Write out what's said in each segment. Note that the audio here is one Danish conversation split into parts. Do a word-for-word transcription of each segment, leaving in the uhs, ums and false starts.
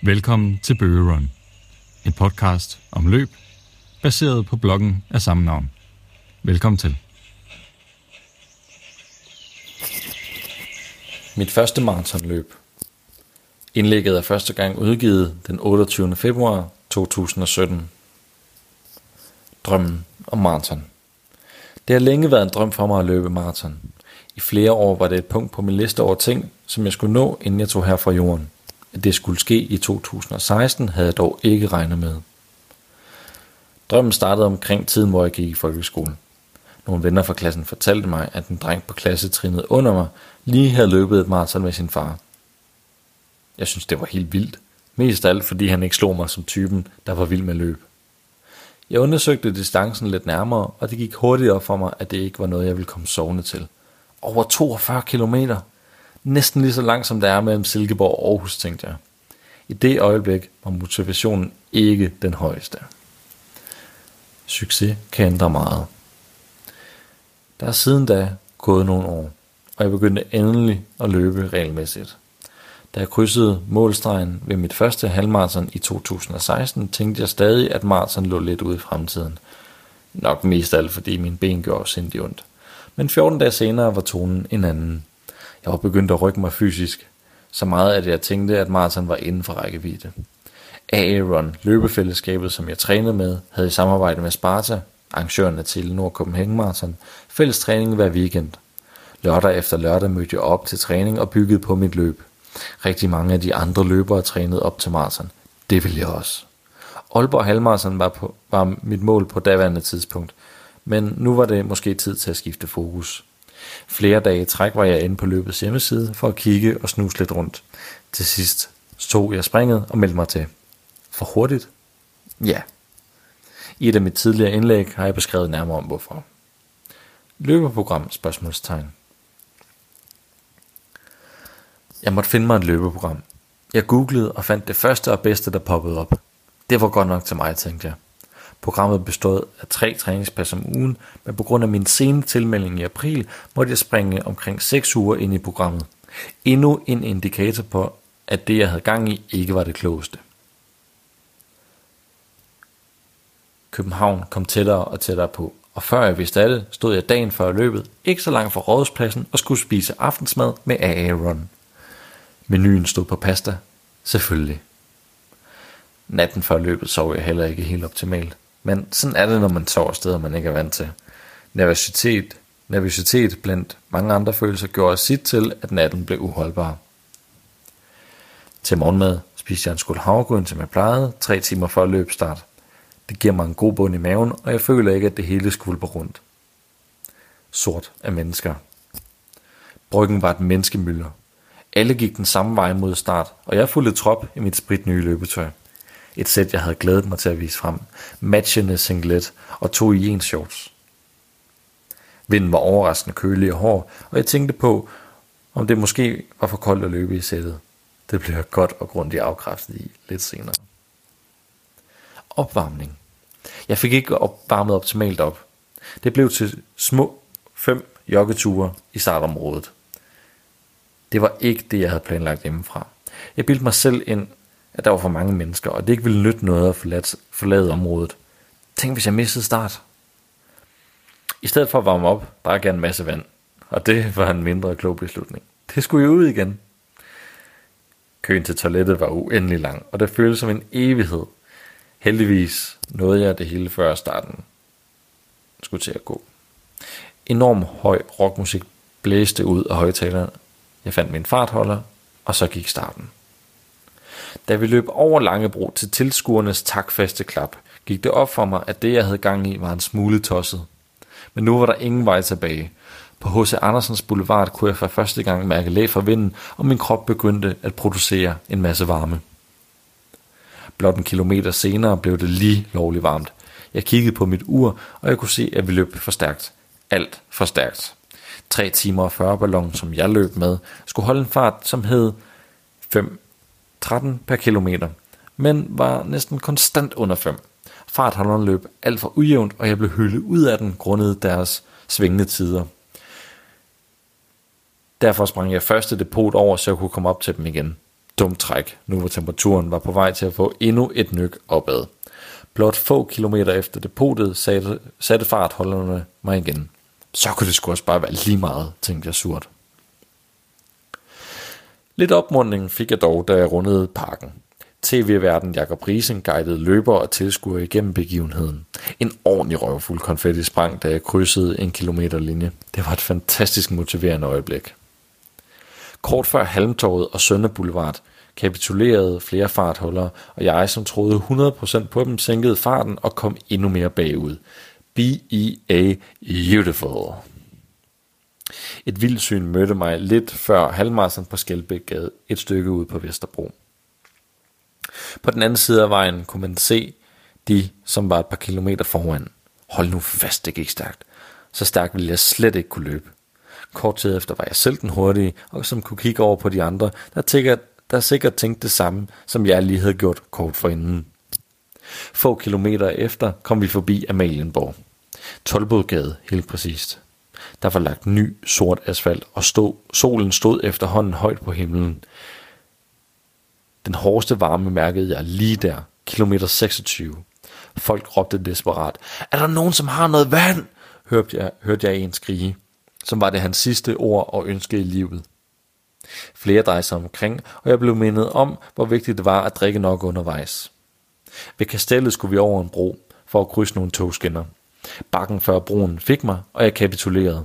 Velkommen til Bøge Run, en podcast om løb, baseret på bloggen af samme navn. Velkommen til. Mit første maratonløb. Indlægget er første gang udgivet den otteogtyvende februar to tusind og sytten. Drømmen om maraton. Det har længe været en drøm for mig at løbe maraton. I flere år var det et punkt på min liste over ting, som jeg skulle nå, inden jeg tog her fra jorden. At det skulle ske i to tusind og seksten, havde jeg dog ikke regnet med. Drømmen startede omkring tiden, hvor jeg gik i folkeskolen. Nogle venner fra klassen fortalte mig, at en dreng på klassetrinnet under mig lige havde løbet et maraton med sin far. Jeg synes det var helt vildt. Mest af alt fordi han ikke slog mig som typen, der var vild med løb. Jeg undersøgte distancen lidt nærmere, og det gik hurtigt op for mig, at det ikke var noget, jeg ville komme sovende til. Over toogfyrre kilometer. Næsten lige så langt som det er mellem Silkeborg og Aarhus, tænkte jeg. I det øjeblik var motivationen ikke den højeste. Succes kan ændre meget. Der er siden da gået nogle år, og jeg begyndte endelig at løbe regelmæssigt. Da jeg krydsede målstregen ved mit første halvmaraton i to tusind og seksten, tænkte jeg stadig, at maraton lå lidt ude i fremtiden. Nok mest af alt, fordi mine ben gjorde sindssygt ondt. Men fjorten dage senere var tonen en anden. Jeg var begyndt at rykke mig fysisk, så meget at jeg tænkte, at maraton var inden for rækkevidde. A A Run, løbefællesskabet, som jeg trænede med, havde i samarbejde med Sparta, arrangørerne til Nord Copenhagen Marathon, fælles træning hver weekend. Lørdag efter lørdag mødte jeg op til træning og byggede på mit løb. Rigtig mange af de andre løbere trænede op til maraton. Det ville jeg også. Aalborg Halvmarathon var, på, var mit mål på daværende tidspunkt, men nu var det måske tid til at skifte fokus. Flere dage i træk var jeg inde på løbets hjemmeside for at kigge og snuse lidt rundt. Til sidst tog jeg springet og meldte mig til. For hurtigt? Ja. I et af mit tidligere indlæg har jeg beskrevet nærmere om hvorfor. Løbeprogram? Spørgsmålstegn. Jeg måtte finde mig et løbeprogram. Jeg googlede og fandt det første og bedste, der poppede op. Det var godt nok til mig, tænkte jeg. Programmet bestod af tre træningspas om ugen, men på grund af min sene tilmelding i april, måtte jeg springe omkring seks uger ind i programmet. Endnu en indikator på, at det jeg havde gang i ikke var det klogeste. København kom tættere og tættere på, og før jeg vidste af det, stod jeg dagen før løbet, ikke så langt fra Rådhuspladsen og skulle spise aftensmad med A A Run. Menuen stod på pasta, selvfølgelig. Natten før løbet sov jeg heller ikke helt optimalt, men sådan er det, når man sover steder, man ikke er vant til. Nervøsitet, nervøsitet blandt mange andre følelser gjorde sit til, at natten blev uholdbar. Til morgenmad spiste jeg en skål havregryn, som jeg plejede, tre timer før løbstart. Det giver mig en god bund i maven, og jeg føler ikke, at det hele skvulper rundt. Sort af mennesker. Bryggen var et menneskemylder. Alle gik den samme vej mod start, og jeg fulgte trop i mit spritnye løbetøj. Et sæt, jeg havde glædet mig til at vise frem. Matchende singlet og to i en shorts. Vinden var overraskende kølig og hård, og jeg tænkte på, om det måske var for koldt at løbe i sættet. Det blev jeg godt og grundigt afkræftet i lidt senere. Opvarmning. Jeg fik ikke opvarmet optimalt op. Det blev til små fem joggeture i startområdet. Det var ikke det, jeg havde planlagt hjemmefra. Jeg bildte mig selv ind, at der var for mange mennesker, og det ikke ville nytte noget at forlade, forlade området. Tænk, hvis jeg mistede start. I stedet for at varme op, drak jeg en masse vand, og det var en mindre klog beslutning. Det skulle jo ud igen. Køen til toilettet var uendelig lang, og det føltes som en evighed. Heldigvis nåede jeg det hele før starten skulle til at gå. Enorm høj rockmusik blæste ud af højtalerne. Jeg fandt min fartholder, og så gik starten. Da vi løb over Langebro til tilskuernes takfaste klap, gik det op for mig, at det jeg havde gang i var en smule tosset. Men nu var der ingen vej tilbage. På H C Andersens Boulevard kunne jeg for første gang mærke læ fra vinden, og min krop begyndte at producere en masse varme. Blot en kilometer senere blev det lige lovligt varmt. Jeg kiggede på mit ur, og jeg kunne se, at vi løb for stærkt. Alt for stærkt. tre timer og fyrre ballon, som jeg løb med, skulle holde en fart, som hed fem tretten per kilometer, men var næsten konstant under fem. Fartholderen løb alt for ujævnt, og jeg blev hyldet ud af den grundet deres svingende tider. Derfor sprang jeg første depot over, så jeg kunne komme op til dem igen. dumt træk, nu hvor temperaturen var på vej til at få endnu et nyk opad. Blot få kilometer efter depotet satte, satte fartholderne mig igen. Så kunne det sgu også bare være lige meget, tænkte jeg surt. Lidt opmuntring fik jeg dog, da jeg rundede parken. T V-værten Jakob Riesen guidede løbere og tilskuere igennem begivenheden. En ordentlig røvfuld konfetti sprang, da jeg krydsede en kilometerlinje. Det var et fantastisk motiverende øjeblik. Kort før Halmtorvet og Sønne Boulevard kapitulerede flere fartholdere, og jeg, som troede hundrede procent på dem, sænkede farten og kom endnu mere bagud. B E A Beautiful. Et vildt syn mødte mig lidt før halvmarathon på Skelbækgade, et stykke ude på Vesterbro. På den anden side af vejen kunne man se de, som var et par kilometer foran. Hold nu fast, det gik stærkt. Så stærkt ville jeg slet ikke kunne løbe. Kort tid efter var jeg selv den hurtige, og som kunne kigge over på de andre, der, tænker, der sikkert tænkte det samme, som jeg lige havde gjort kort forinden. Få kilometer efter kom vi forbi Amalienborg. Toldbodgade, helt præcist. Der var lagt ny sort asfalt, og stod, solen stod efterhånden højt på himlen. Den hårdeste varme mærkede jeg lige der, kilometer seksogtyve. Folk råbte desperat. Er der nogen, som har noget vand? Hørte jeg, hørte jeg en skrige, som var det hans sidste ord og ønske i livet. Flere drejede sig omkring, og jeg blev mindet om, hvor vigtigt det var at drikke nok undervejs. Ved kastellet skulle vi over en bro for at krydse nogle togskinner. Bakken før broen fik mig, og jeg kapitulerede.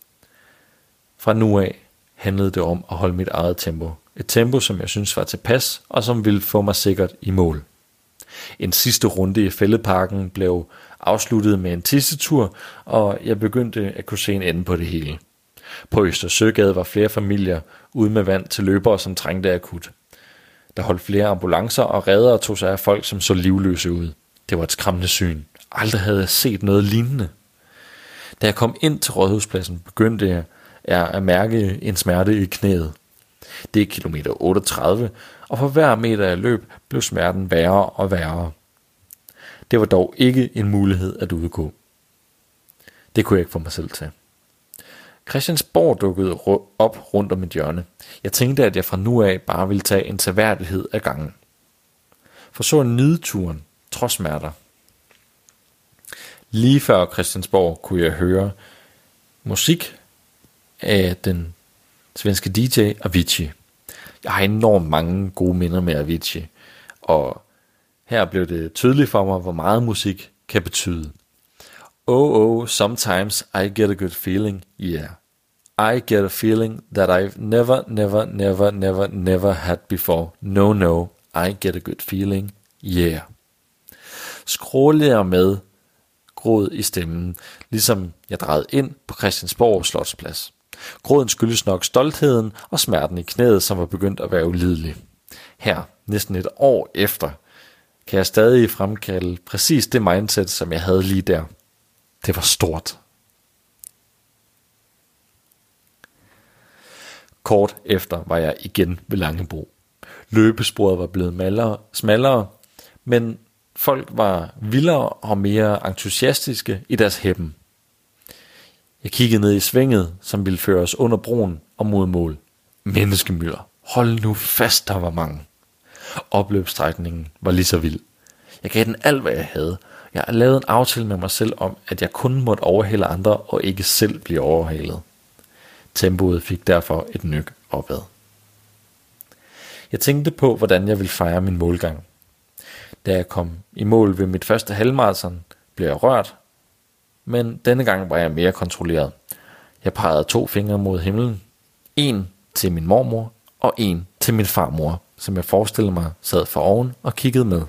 Fra nu af handlede det om at holde mit eget tempo. Et tempo, som jeg synes var tilpas, og som ville få mig sikkert i mål. En sidste runde i Fælledparken blev afsluttet med en tissetur, og jeg begyndte at kunne se en ende på det hele. På Østersøgade var flere familier ude med vand til løbere, som trængte akut. Der holdt flere ambulancer, og reddere tog sig af folk, som så livløse ud. Det var et skræmmende syn. Aldrig havde jeg set noget lignende. Da jeg kom ind til Rådhuspladsen, begyndte jeg at mærke en smerte i knæet. Det er kilometer otteogtredive, og for hver meter jeg løb, blev smerten værre og værre. Det var dog ikke en mulighed at udgå. Det kunne jeg ikke få mig selv til. Christiansborg dukkede op rundt om et hjørne. Jeg tænkte, at jeg fra nu af bare ville tage en seværdighed af gangen. For så en nyde turen, trods smerter. Lige før Christiansborg kunne jeg høre musik af den svenske D J Avicii. Jeg har enormt mange gode minder med Avicii, og her blev det tydeligt for mig, hvor meget musik kan betyde. Oh, oh, sometimes I get a good feeling, yeah. I get a feeling that I've never, never, never, never, never had before. No, no, I get a good feeling, yeah. Skrålede jeg med gråd i stemmen, ligesom jeg drejede ind på Christiansborg Slotsplads. Gråden skyldes nok stoltheden og smerten i knæet, som var begyndt at være ulidelig. Her, næsten et år efter, kan jeg stadig fremkalde præcis det mindset, som jeg havde lige der. Det var stort. Kort efter var jeg igen ved Langebro. Løbesporet var blevet malere, smallere, men folk var vildere og mere entusiastiske i deres hæppen. Jeg kiggede ned i svinget, som ville føre os under broen og mod mål. Menneskemylder. Hold nu fast, der var mange. Opløbsstrækningen var lige så vild. Jeg gav den alt, hvad jeg havde. Jeg lavede en aftale med mig selv om, at jeg kun måtte overhale andre og ikke selv blive overhalet. Tempoet fik derfor et nyk opad. Jeg tænkte på, hvordan jeg ville fejre min målgang. Da jeg kom i mål ved mit første halvmarathon, blev jeg rørt, men denne gang var jeg mere kontrolleret. Jeg pegede to fingre mod himlen. En til min mormor og en til min farmor, som jeg forestillede mig sad for oven og kiggede med.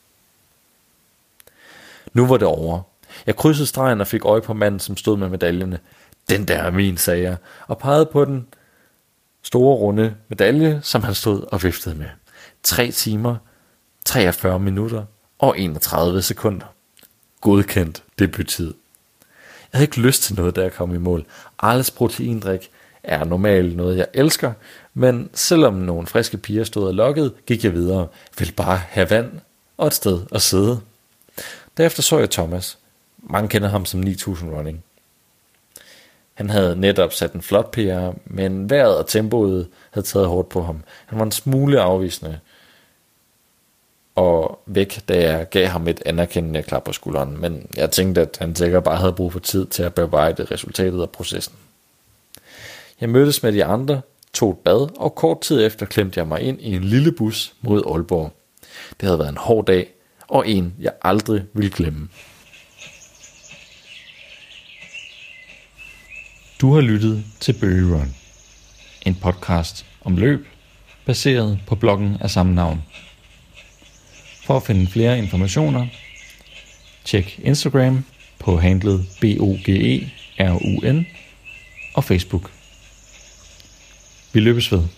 Nu var det over. Jeg krydsede stregen og fik øje på manden, som stod med medaljerne. Den der er min, sagde jeg, og pegede på den store runde medalje, som han stod og viftede med. Tre timer, treogfyrre minutter og enogtredive sekunder. Godkendt debuttid. Jeg havde ikke lyst til noget, da jeg kom i mål. Arles proteindrik er normalt noget, jeg elsker, men selvom nogle friske piger stod og lokkede, gik jeg videre. Ville bare have vand og et sted at sidde. Derefter så jeg Thomas. Mange kender ham som ni tusind running. Han havde netop sat en flot P R, men vejret og tempoet havde taget hårdt på ham. Han var en smule afvisende og væk, da jeg gav ham et anerkendende klap på skulderen, men jeg tænkte, at han sikkert bare havde brug for tid til at bearbejde resultatet af processen. Jeg mødtes med de andre, tog et bad, og kort tid efter klemte jeg mig ind i en lille bus mod Aalborg. Det havde været en hård dag, og en, jeg aldrig ville glemme. Du har lyttet til Bøge Run, en podcast om løb, baseret på bloggen af samme navn. For at finde flere informationer, tjek Instagram på handlet B O G E R U N og Facebook. Vi løbes ved.